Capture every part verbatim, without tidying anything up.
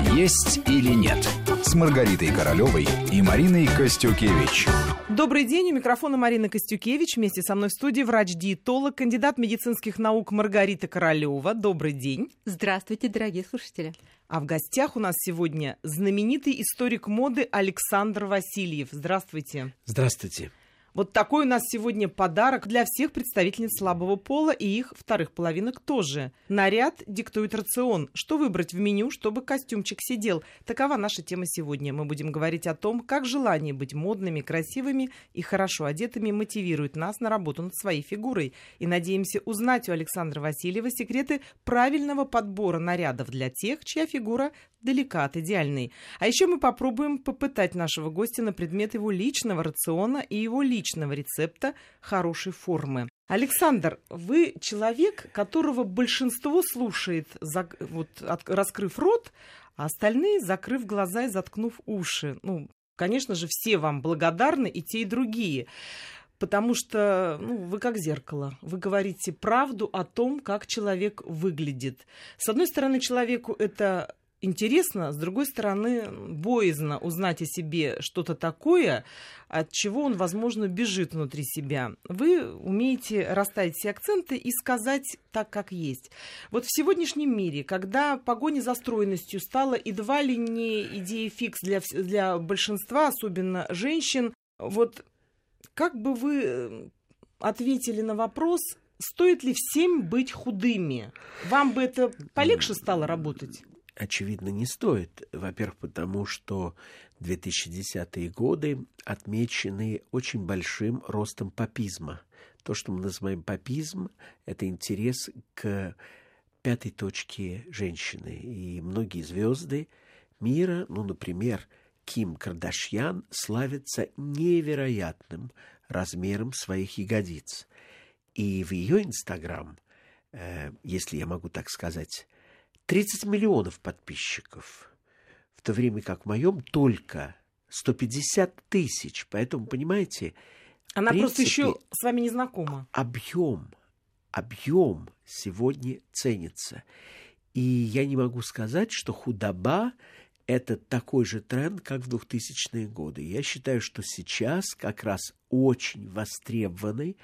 «Есть или нет» с Маргаритой Королевой и Мариной Костюкевич. Добрый день, у микрофона Марина Костюкевич. Вместе со мной в студии врач-диетолог, кандидат медицинских наук Маргарита Королева. Добрый день. Здравствуйте, дорогие слушатели. А в гостях у нас сегодня знаменитый историк моды Александр Васильев. Здравствуйте. Здравствуйте. Вот такой у нас сегодня подарок для всех представительниц слабого пола и их вторых половинок тоже. Наряд диктует рацион. Что выбрать в меню, чтобы костюмчик сидел? Такова наша тема сегодня. Мы будем говорить о том, как желание быть модными, красивыми и хорошо одетыми мотивирует нас на работу над своей фигурой. И надеемся узнать у Александра Васильева секреты правильного подбора нарядов для тех, чья фигура далека от идеальной. А еще мы попробуем попытать нашего гостя на предмет его личного рациона и его личного рецепта хорошей формы. Александр, вы человек, которого большинство слушает, вот, от, раскрыв рот, а остальные закрыв глаза и заткнув уши. Ну, конечно же, все вам благодарны, и те, и другие. Потому что ну, вы как зеркало. Вы говорите правду о том, как человек выглядит. С одной стороны, человеку это интересно, с другой стороны, боязно узнать о себе что-то такое, от чего он, возможно, бежит внутри себя. Вы умеете расставить все акценты и сказать так, как есть. Вот в сегодняшнем мире, когда погоня за стройностью стала едва ли не идеей фикс для, для большинства, особенно женщин, вот как бы вы ответили на вопрос, стоит ли всем быть худыми? Вам бы это полегче стало работать? Очевидно, не стоит. Во-первых, потому что две тысячи десятые годы отмечены очень большим ростом папизма. То, что мы называем папизм, это интерес к пятой точке женщины. И многие звезды мира, ну, например, Ким Кардашьян, славятся невероятным размером своих ягодиц. И в ее Инстаграм, э, если я могу так сказать, тридцать миллионов подписчиков, в то время как в моем только сто пятьдесят тысяч. Поэтому, понимаете, она принципе, просто еще с вами не знакома. Объем, объем сегодня ценится. И я не могу сказать, что худоба – это такой же тренд, как в двухтысячные годы. Я считаю, что сейчас как раз очень востребованы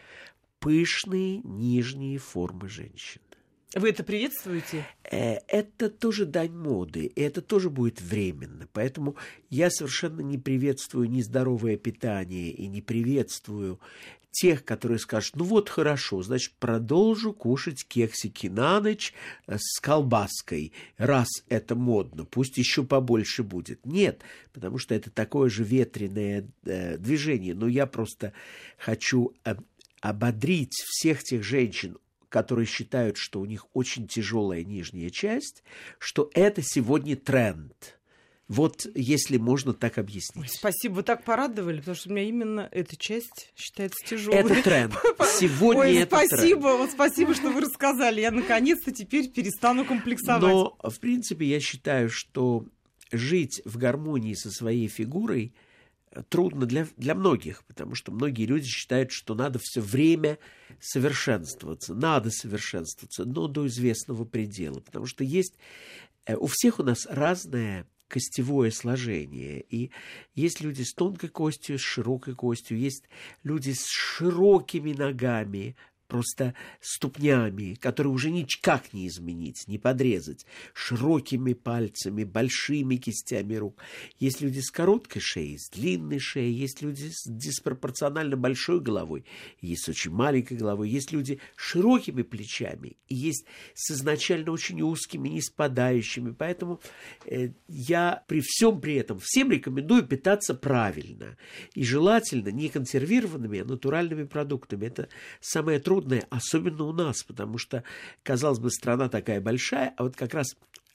пышные нижние формы женщин. Вы это приветствуете? Это тоже дань моды, и это тоже будет временно. Поэтому я совершенно не приветствую нездоровое питание и не приветствую тех, которые скажут, ну вот хорошо, значит, продолжу кушать кексики на ночь с колбаской, раз это модно, пусть еще побольше будет. Нет, потому что это такое же ветреное э, движение. Но я просто хочу э, ободрить всех тех женщин, которые считают, что у них очень тяжелая нижняя часть, что это сегодня тренд. Вот если можно так объяснить. Ой, спасибо, вы так порадовали, потому что у меня именно эта часть считается тяжелой. Это тренд. Сегодня Ой, это спасибо, тренд. Вот спасибо, что вы рассказали. Я наконец-то теперь перестану комплексовать. Но, в принципе, я считаю, что жить в гармонии со своей фигурой трудно для, для многих, потому что многие люди считают, что надо все время совершенствоваться, надо совершенствоваться, но до известного предела, потому что есть, у всех у нас разное костевое сложение, и есть люди с тонкой костью, с широкой костью, есть люди с широкими ногами, просто ступнями, которые уже никак не изменить, не подрезать, широкими пальцами, большими кистями рук. Есть люди с короткой шеей, с длинной шеей, есть люди с диспропорционально большой головой, есть с очень маленькой головой, есть люди с широкими плечами, и есть с изначально очень узкими, не спадающими. Поэтому э, я при всем при этом всем рекомендую питаться правильно и желательно не консервированными, а натуральными продуктами. Это самое трудное, особенно у нас, потому что, казалось бы, страна такая большая, а вот как раз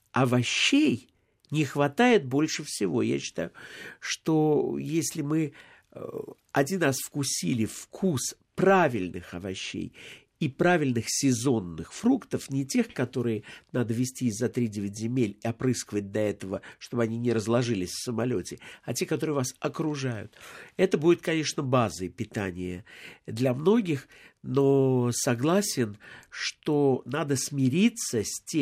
овощей не хватает больше всего. Я считаю, что если мы один раз вкусили вкус правильных овощей и правильных сезонных фруктов, не тех, которые надо везти за три-девять земель и опрыскивать до этого, чтобы они не разложились в самолете, а те, которые вас окружают. Это будет, конечно, базой питания для многих, но согласен, что надо смириться с тем,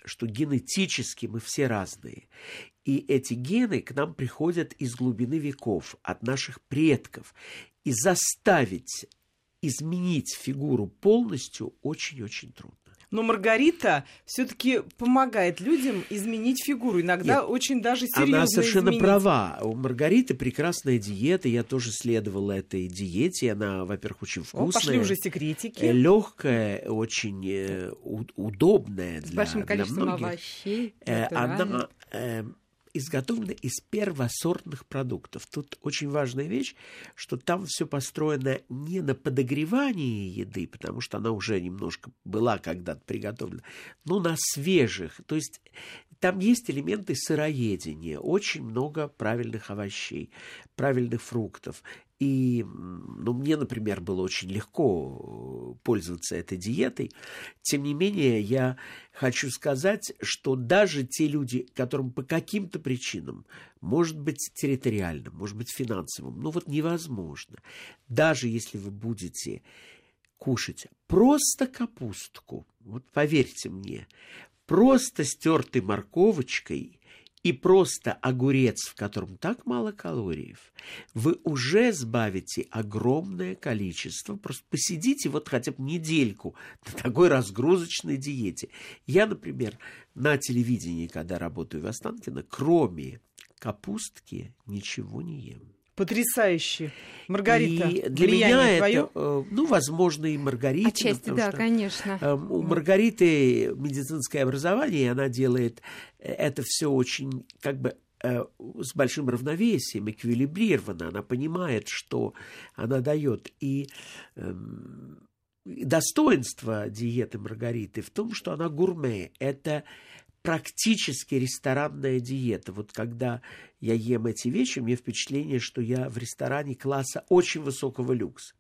что генетически мы все разные. И эти гены к нам приходят из глубины веков, от наших предков. И заставить изменить фигуру полностью очень-очень трудно. Но Маргарита все-таки помогает людям изменить фигуру. Иногда Нет, очень даже серьезно она совершенно изменить. права. У Маргариты прекрасная диета. Я тоже следовала этой диете. Она, во-первых, очень вкусная. О, пошли уже секретики. Легкая, очень э, у- удобная С для, большим количеством для многих. овощей. Э, натурально. она э, изготовлена из первосортных продуктов. Тут очень важная вещь, что там все построено не на подогревании еды, потому что она уже немножко была когда-то приготовлена, но на свежих. То есть там есть элементы сыроедения, очень много правильных овощей, правильных фруктов. И ну, мне, например, было очень легко пользоваться этой диетой. Тем не менее, я хочу сказать, что даже те люди, которым по каким-то причинам, может быть, территориальным, может быть, финансовым, ну вот невозможно, даже если вы будете кушать просто капустку, вот поверьте мне, просто стертой морковочкой и просто огурец, в котором так мало калорий, вы уже сбавите огромное количество. Просто посидите вот хотя бы недельку на такой разгрузочной диете. Я, например, на телевидении, когда работаю в Останкино, кроме капустки ничего не ем. Потрясающе. Маргарита, и для влияние меня твое? это, ну, возможно, и Маргарита. Отчасти, да, что, конечно. э, у Маргариты медицинское образование, и она делает это все очень, как бы, э, с большим равновесием, эквилибрированно. Она понимает, что она дает. И э, достоинство диеты Маргариты в том, что она гурме. Это практически ресторанная диета. Вот когда я ем эти вещи, у меня впечатление, что я в ресторане класса очень высокого люкса.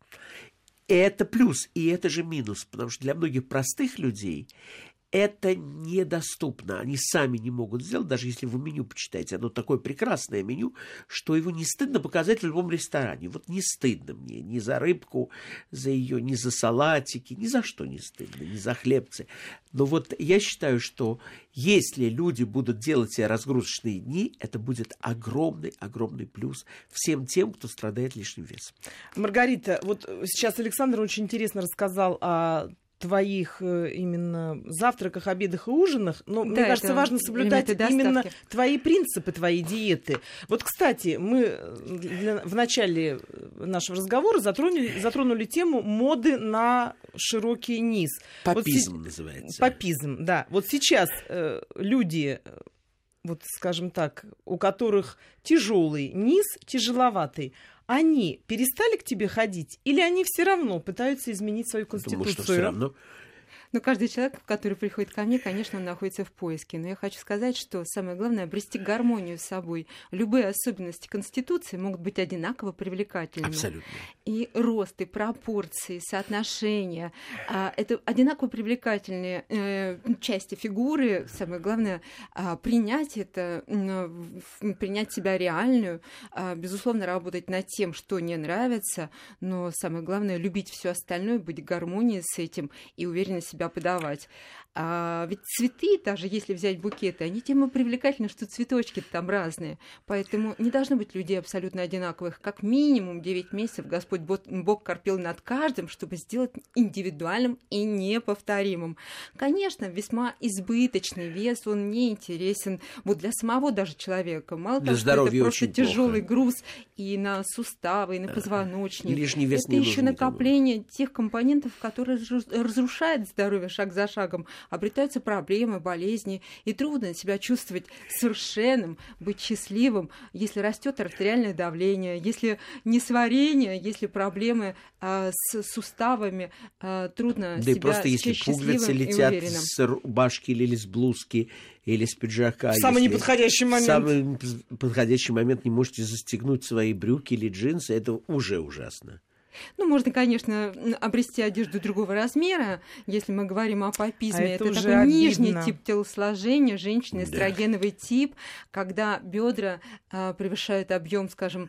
И это плюс, и это же минус, потому что для многих простых людей это недоступно. Они сами не могут сделать, даже если вы меню почитаете. Оно такое прекрасное меню, что его не стыдно показать в любом ресторане. Вот не стыдно мне ни за рыбку, за ее, ни за салатики, ни за что не стыдно, ни за хлебцы. Но вот я считаю, что если люди будут делать себе разгрузочные дни, это будет огромный-огромный плюс всем тем, кто страдает лишним весом. Маргарита, вот сейчас Александр очень интересно рассказал о твоих именно завтраках, обедах и ужинах, но, Да, мне кажется, важно соблюдать именно твои принципы, твои диеты. Вот, кстати, мы для, в начале нашего разговора затронули, затронули тему моды на широкий низ. Папизм вот, называется. Папизм, да. Вот сейчас э, люди, вот скажем так, у которых тяжелый низ, тяжеловатый, они перестали к тебе ходить, или они все равно пытаются изменить свою конституцию? Думаю, что все равно. Но каждый человек, который приходит ко мне, конечно, он находится в поиске. Но я хочу сказать, что самое главное — обрести гармонию с собой. Любые особенности конституции могут быть одинаково привлекательными. Абсолютно. И рост, и пропорции, соотношения — это одинаково привлекательные части фигуры. Самое главное — принять это, принять себя реальную, безусловно, работать над тем, что не нравится, но самое главное — любить все остальное, быть в гармонии с этим и уверенно себя подавать. А ведь цветы, даже если взять букеты, они тем и привлекательны, что цветочки там разные. Поэтому не должно быть людей абсолютно одинаковых. Как минимум девять месяцев Господь Бог корпел над каждым, чтобы сделать индивидуальным и неповторимым. Конечно, весьма избыточный вес, он не интересен вот для самого даже человека. Мало для того, что это просто тяжелый плохо. груз и на суставы, и на позвоночник. Лишний вес это не еще нужен накопление никому. Тех компонентов, которые разрушают здоровье шаг за шагом. Обретаются проблемы, болезни, и трудно себя чувствовать совершенным, быть счастливым, если растет артериальное давление, если несварение, если проблемы а, с суставами, а, трудно да себя и просто если пуговицы летят с рубашки или с блузки, или с пиджака. В самый если неподходящий момент. В самый подходящий момент не можете застегнуть свои брюки или джинсы, это уже ужасно. Ну, можно, конечно, обрести одежду другого размера, если мы говорим о папизме. А это это такой уже нижний обидно. тип телосложения, женщины, Да. эстрогеновый тип, когда бедра а, превышают объем, скажем,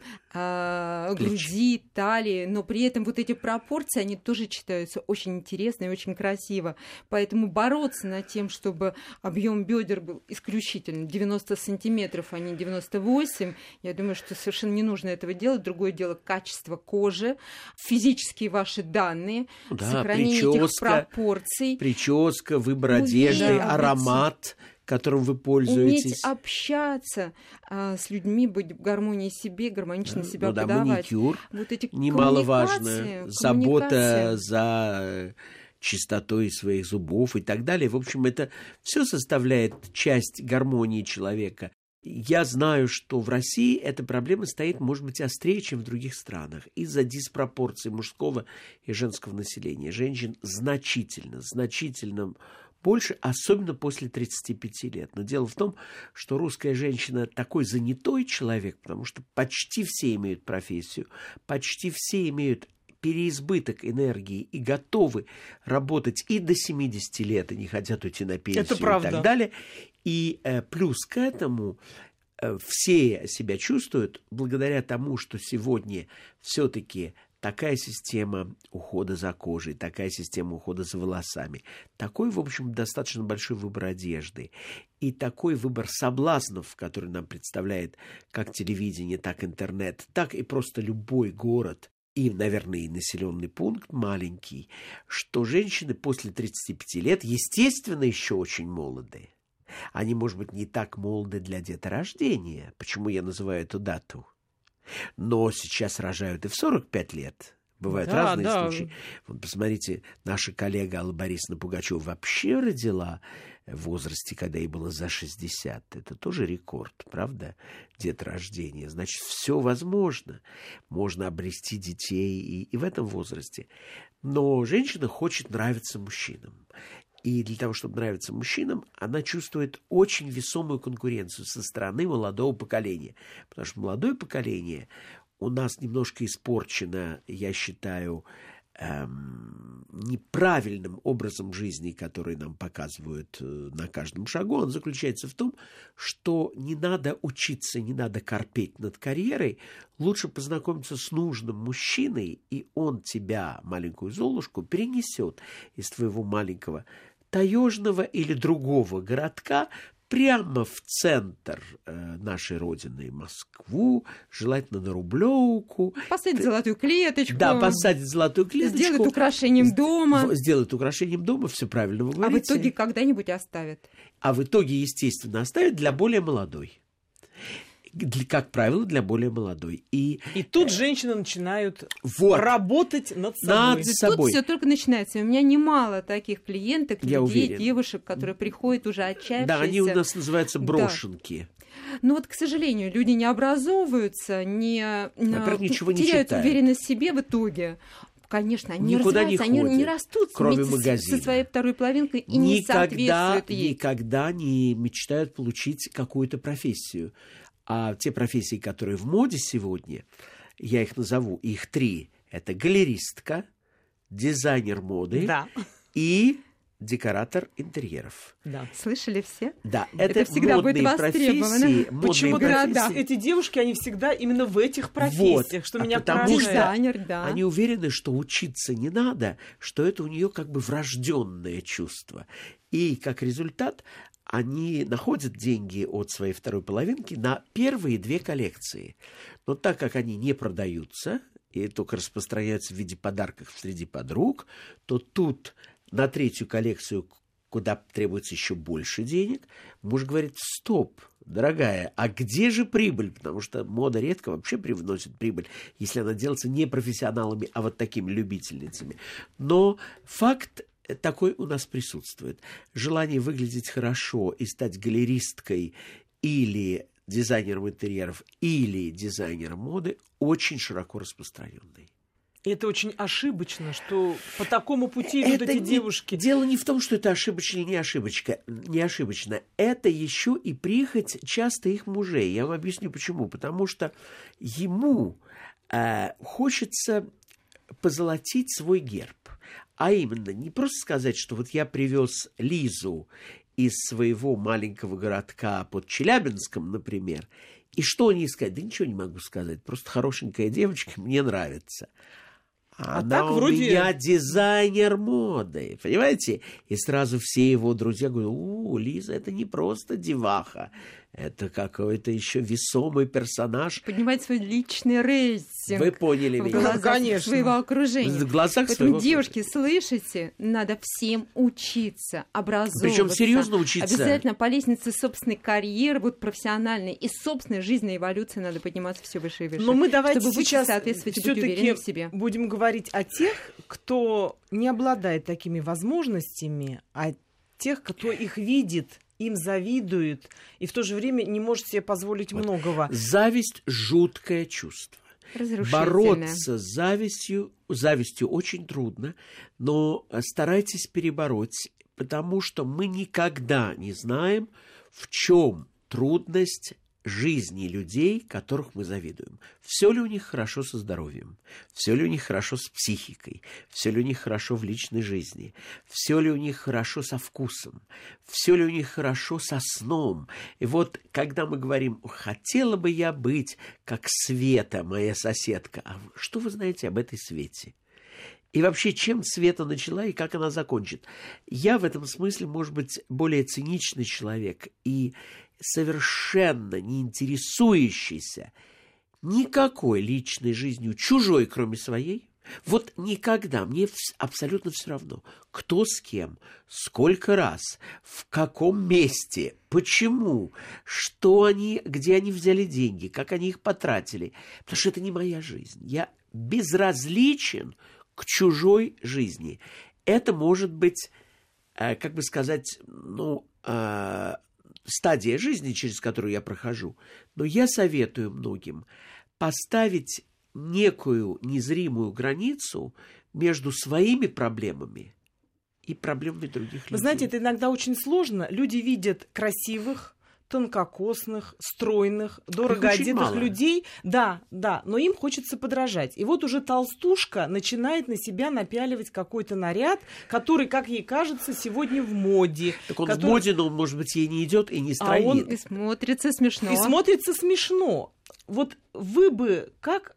а, Плеч. груди, талии, но при этом вот эти пропорции, они тоже читаются очень интересно и очень красиво. Поэтому бороться над тем, чтобы объем бедер был исключительно девяносто сантиметров, а не девяносто восемь, я думаю, что совершенно не нужно этого делать. Другое дело качество кожи, физические ваши данные, Да, сохранение этих прическа, пропорций, Прическа, выбор Уверенно одежды, быть. аромат, которым вы уметь пользуетесь. общаться а, с людьми, быть в гармонии себе, гармонично Да, себя ну да, подавать. маникюр, Вот эти немаловажно, коммуникации, забота коммуникации. за чистотой своих зубов и так далее. В общем, это все составляет часть гармонии человека. Я знаю, что в России эта проблема стоит, может быть, острее, чем в других странах, из-за диспропорции мужского и женского населения. Женщин значительно, значительно больше, особенно после тридцати пяти лет. Но дело в том, что русская женщина такой занятой человек, потому что почти все имеют профессию, почти все имеют переизбыток энергии и готовы работать и до семидесяти лет, и не хотят уйти на пенсию Это и правда. так далее. И э, плюс к этому э, все себя чувствуют благодаря тому, что сегодня все-таки такая система ухода за кожей, такая система ухода за волосами, такой, в общем, достаточно большой выбор одежды и такой выбор соблазнов, который нам представляет как телевидение, так интернет, так и просто любой город, и, наверное, и населенный пункт маленький, что женщины после тридцати пяти лет, естественно, еще очень молодые. Они, может быть, не так молоды для деторождения. Почему я называю эту дату? Но сейчас рожают и в сорок пять лет. Бывают Да, разные да. случаи. Вот посмотрите, наша коллега Алла Борисовна Пугачева вообще родила в возрасте, когда ей было за шестьдесят. Это тоже рекорд, правда? Деторождение. Значит, все возможно. Можно обрести детей и, и в этом возрасте. Но женщина хочет нравиться мужчинам. И для того, чтобы нравиться мужчинам, она чувствует очень весомую конкуренцию со стороны молодого поколения. Потому что молодое поколение у нас немножко испорчено, я считаю, эм, неправильным образом жизни, который нам показывают э, на каждом шагу. Он заключается в том, что не надо учиться, не надо корпеть над карьерой. Лучше познакомиться с нужным мужчиной, и он тебя, маленькую Золушку, перенесет из твоего маленького таежного или другого городка прямо в центр э, нашей родины, Москву, желательно на Рублевку. Посадить золотую клеточку. Да, посадить золотую клеточку. Сделать украшением дома. В- Сделать украшением дома, все правильно вы А в говорите. итоге когда-нибудь оставят. А в итоге, естественно, оставить для более молодой. Для, как правило, для более молодой. И, И тут женщины начинают вот, работать над собой. Над Тут собой. все только начинается. У меня немало таких клиенток, Я людей, уверен. девушек, которые приходят уже отчаявшиеся. да, они у нас называются Да. брошенки. Но вот, к сожалению, люди не образовываются, не Во-первых, э, ничего не теряют читают. уверенность в себе в итоге. Конечно, они Никуда не развиваются, они ходят, не растут кроме вместе с- магазина. со своей второй половинкой и не никогда, соответствуют ей. никогда не мечтают получить какую-то профессию. А те профессии, которые в моде сегодня, я их назову, их три. Это галеристка, дизайнер моды Да, и декоратор интерьеров. да. Слышали все? Да, Это это, всегда будет модные востребовано. профессии. модные Почему профессии. эти девушки, они всегда именно в этих профессиях, что А меня потому поражает. что Дизайнер, да. Они уверены, что учиться не надо, что это у нее как бы врожденное чувство. И как результат они находят деньги от своей второй половинки на первые две коллекции. Но так как они не продаются и только распространяются в виде подарков среди подруг, то тут на третью коллекцию, куда требуется еще больше денег, муж говорит: стоп, дорогая, а где же прибыль? Потому что мода редко вообще привносит прибыль, если она делается не профессионалами, а вот такими любительницами. Но факт такой у нас присутствует. Желание выглядеть хорошо и стать галеристкой или дизайнером интерьеров, или дизайнером моды очень широко распространенный. И это очень ошибочно, что по такому пути идут Это эти не- девушки. Дело не в том, что это ошибочно или не ошибочка, не ошибочно. Это еще и прихоть часто их мужей. Я вам объясню почему. Потому что ему э, хочется позолотить свой герб. А именно, не просто сказать, что вот я привез Лизу из своего маленького городка под Челябинском, например, и что о ней сказать? Да ничего не могу сказать, просто хорошенькая девочка, мне нравится. А Она так у вроде... меня дизайнер моды, понимаете? И сразу все его друзья говорят: у, Лиза, это не просто деваха, это какой-то еще весомый персонаж. Поднимать свой личный рейтинг. Вы поняли в меня? глазах Конечно. своего окружения. В глазах Поэтому, своего девушки, слышите, надо всем учиться, образовываться. Причем серьезно учиться. Обязательно по лестнице собственной карьеры, вот профессиональной и собственной жизненной эволюции надо подниматься все выше и выше. Но мы давайте чтобы быть сейчас соответствовать и быть уверенными в себе. Будем говорить о тех, кто не обладает такими возможностями, а тех, кто их видит, им завидует и в то же время не может себе позволить вот. многого. Зависть — жуткое чувство. Бороться с завистью, завистью очень трудно, но старайтесь перебороть, потому что мы никогда не знаем, в чем трудность жизни людей, которых мы завидуем. Все ли у них хорошо со здоровьем? Все ли у них хорошо с психикой? Все ли у них хорошо в личной жизни? Все ли у них хорошо со вкусом? Все ли у них хорошо со сном? И вот, когда мы говорим: хотела бы я быть как Света, моя соседка, а что вы знаете об этой Свете? И вообще, чем Света начала и как она закончит? Я в этом смысле, может быть, более циничный человек и совершенно не интересующийся никакой личной жизнью чужой, кроме своей. Вот никогда. Мне абсолютно все равно, кто с кем, сколько раз, в каком месте, почему, что они, где они взяли деньги, как они их потратили. Потому что это не моя жизнь. Я безразличен к чужой жизни. Это может быть, как бы сказать, ну, стадия жизни, через которую я прохожу. Но я советую многим поставить некую незримую границу между своими проблемами и проблемами других людей. Вы знаете, это иногда очень сложно. Люди видят красивых, тонкокосных, стройных, дорого одетых людей. Да, да, но им хочется подражать. И вот уже толстушка начинает на себя напяливать какой-то наряд, который, как ей кажется, сегодня в моде. Так он который... в моде, но он, может быть, ей не идет и не стройнит. А он и смотрится смешно. И смотрится смешно. Вот вы бы как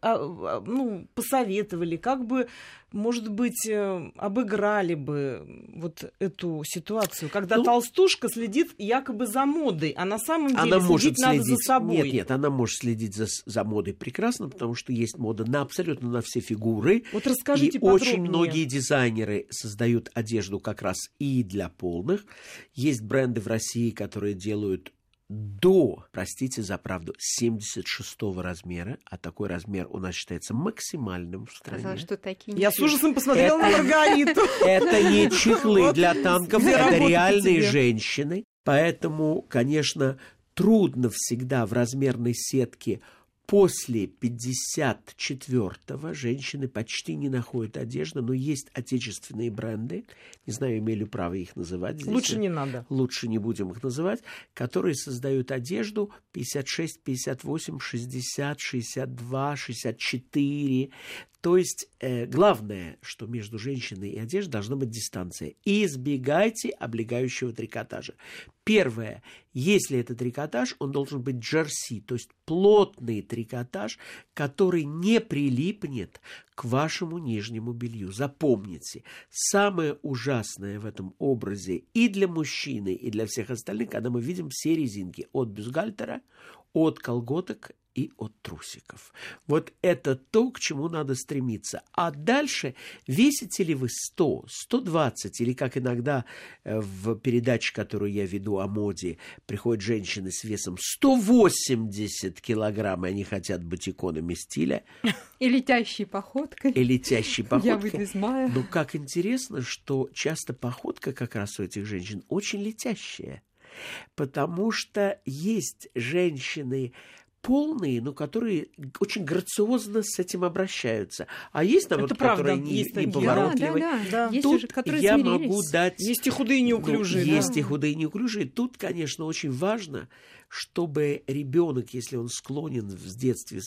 ну, посоветовали, как бы, может быть, обыграли бы вот эту ситуацию, когда ну, толстушка следит якобы за модой, а на самом деле она следить может надо следить, за собой. Нет, нет, она может следить за, за модой прекрасно, потому что есть мода на абсолютно на все фигуры. Вот расскажите и подробнее. Очень многие дизайнеры создают одежду как раз и для полных. Есть бренды в России, которые делают до, простите за правду, семьдесят шестого размера, а такой размер у нас считается максимальным в стране. Сказала, что такие Я с ужасом посмотрела это, на Маргариту. Это не чехлы для танков, это реальные женщины. Поэтому, конечно, трудно всегда в размерной сетке. После пятьдесят четвёртого женщины почти не находят одежды, но есть отечественные бренды, не знаю, имею ли право их называть. Здесь лучше не надо. Лучше не будем их называть, которые создают одежду пятьдесят шесть, пятьдесят восемь, шестьдесят, шестьдесят два, шестьдесят четыре. То есть э, главное, что между женщиной и одеждой должна быть дистанция. И избегайте облегающего трикотажа. Первое, если это трикотаж, он должен быть джерси, то есть плотный трикотаж, который не прилипнет к вашему нижнему белью. Запомните, самое ужасное в этом образе и для мужчины, и для всех остальных, когда мы видим все резинки от бюстгальтера, от колготок и от трусиков. Вот это то, к чему надо стремиться. А дальше, весите ли вы сто, сто двадцать, или как иногда в передаче, которую я веду о моде, приходят женщины с весом сто восемьдесят килограмм, и они хотят быть иконами стиля. И летящей походкой. И летящей походкой. Я выйду из мая. Но как интересно, что часто походка как раз у этих женщин очень летящая. Потому что есть женщины полные, но которые очень грациозно с этим обращаются. А есть, наоборот, это правда, которые не, есть не такие. поворотливые. Да, да, да. Есть Тут уже, которые я смирились. могу дать... Есть и худые, и неуклюжие. Ну, да. Есть и худые, и неуклюжие. Тут, конечно, очень важно, чтобы ребенок, если он склонен с детства,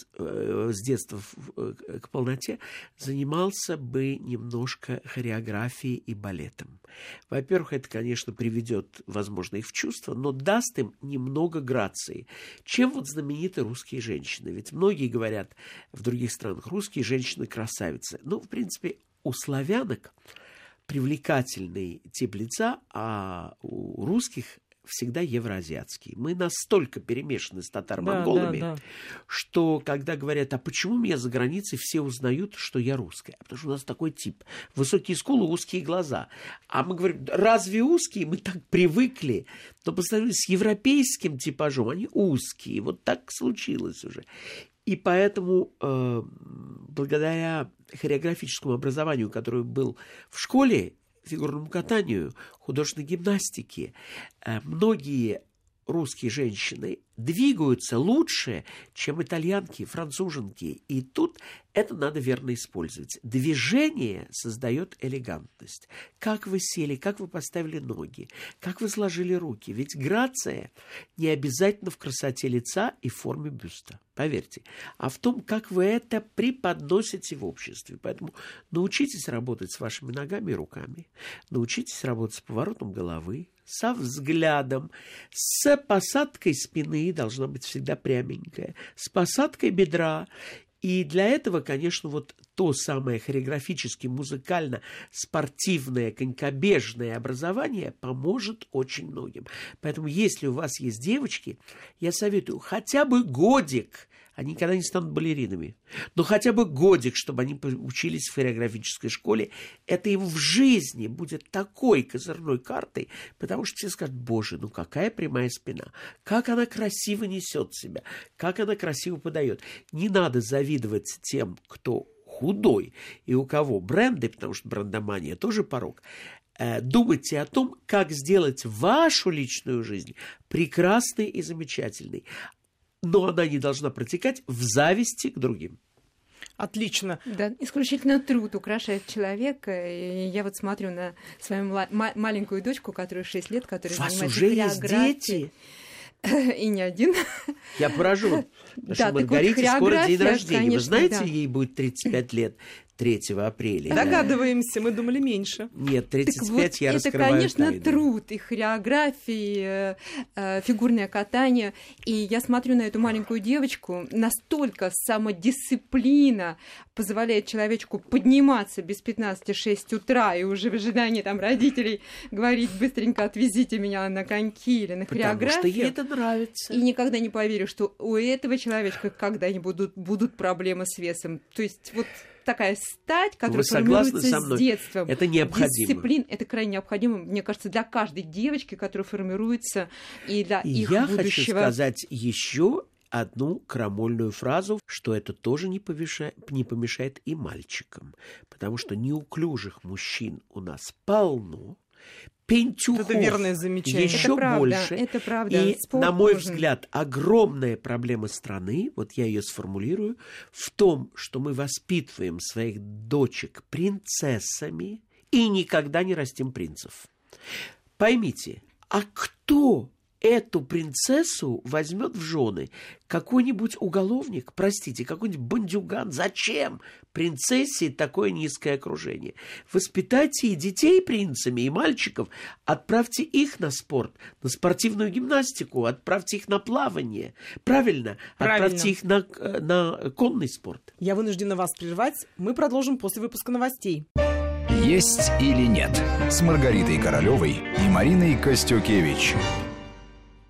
с детства к полноте, занимался бы немножко хореографией и балетом. Во-первых, это, конечно, приведет, возможно, их в чувство, но даст им немного грации. Чем вот знамениты русские женщины? Ведь многие говорят в других странах, русские женщины красавицы. Ну, в принципе, у славянок привлекательный тип лица, а у русских всегда евроазиатский. Мы настолько перемешаны с татаро-монголами, да, да, да. что когда говорят, а почему меня за границей все узнают, что я русская? Потому что у нас такой тип. Высокие скулы, узкие глаза. А мы говорим, разве узкие? Мы так привыкли. Но по сравнению с европейским типажом, они узкие. Вот так случилось уже. И поэтому, э, благодаря хореографическому образованию, которое был в школе, фигурному катанию, художественной гимнастике, э, многие русские женщины двигаются лучше, чем итальянки, француженки. И тут это надо верно использовать. Движение создает элегантность. Как вы сели, как вы поставили ноги, как вы сложили руки. Ведь грация не обязательно в красоте лица и форме бюста, поверьте, а в том, как вы это преподносите в обществе. Поэтому научитесь работать с вашими ногами и руками, научитесь работать с поворотом головы, со взглядом, с посадкой спины, должна быть всегда пряменькая, с посадкой бедра. И для этого, конечно, вот то самое хореографически, музыкально, спортивное, конькобежное образование поможет очень многим. Поэтому, если у вас есть девочки, я советую хотя бы годик, они никогда не станут балеринами, но хотя бы годик, чтобы они учились в хореографической школе, это им в жизни будет такой козырной картой, потому что все скажут, боже, ну какая прямая спина, как она красиво несет себя, как она красиво подает. Не надо завидовать тем, кто худой и у кого бренды, потому что брендомания тоже порок. Думайте о том, как сделать вашу личную жизнь прекрасной и замечательной. Но она не должна протекать в зависти к другим. Отлично. Да, исключительно труд украшает человека. И я вот смотрю на свою ма- маленькую дочку, которой шесть лет, которая занимается хореографией. У вас уже есть дети? И не один. Я поражен. Потому что Маргарите скоро день рождения. Конечно, вы знаете, да. ей будет тридцать пять лет третьего апреля. Догадываемся, мы думали меньше. Нет, тридцать пять вот я это, раскрываю конечно, тайну. Труд, и хореография, э, фигурное катание. И я смотрю на эту маленькую девочку, настолько самодисциплина позволяет человечку подниматься без пятнадцати шесть утра и уже в ожидании там родителей говорить, быстренько отвезите меня на коньки или на хореографию. Потому что ей это нравится. И никогда не поверю, что у этого человечка когда-нибудь будут, будут проблемы с весом. То есть вот такая стать, которая формируется с детства. Это необходимо. Дисциплин, это крайне необходимо, мне кажется, для каждой девочки, которая формируется, и для и их я будущего. хочу сказать еще одну крамольную фразу, что это тоже не помешает, не помешает и мальчикам, потому что неуклюжих мужчин у нас полно, пентюхов это верное замечание. еще это правда, больше. Это правда. И, Спорт на мой нужен. взгляд, огромная проблема страны, вот я ее сформулирую, в том, что мы воспитываем своих дочек принцессами и никогда не растим принцев. Поймите, а кто эту принцессу возьмет в жены? Какой-нибудь уголовник? Простите, какой-нибудь бандюган? Зачем принцессе такое низкое окружение? Воспитайте и детей принцами, и мальчиков. Отправьте их на спорт, на спортивную гимнастику, отправьте их на плавание. Правильно? Правильно. Отправьте их на, на конный спорт. Я вынуждена вас прервать. Мы продолжим после выпуска новостей. «Есть или нет» с Маргаритой Королевой и Мариной Костюкевич.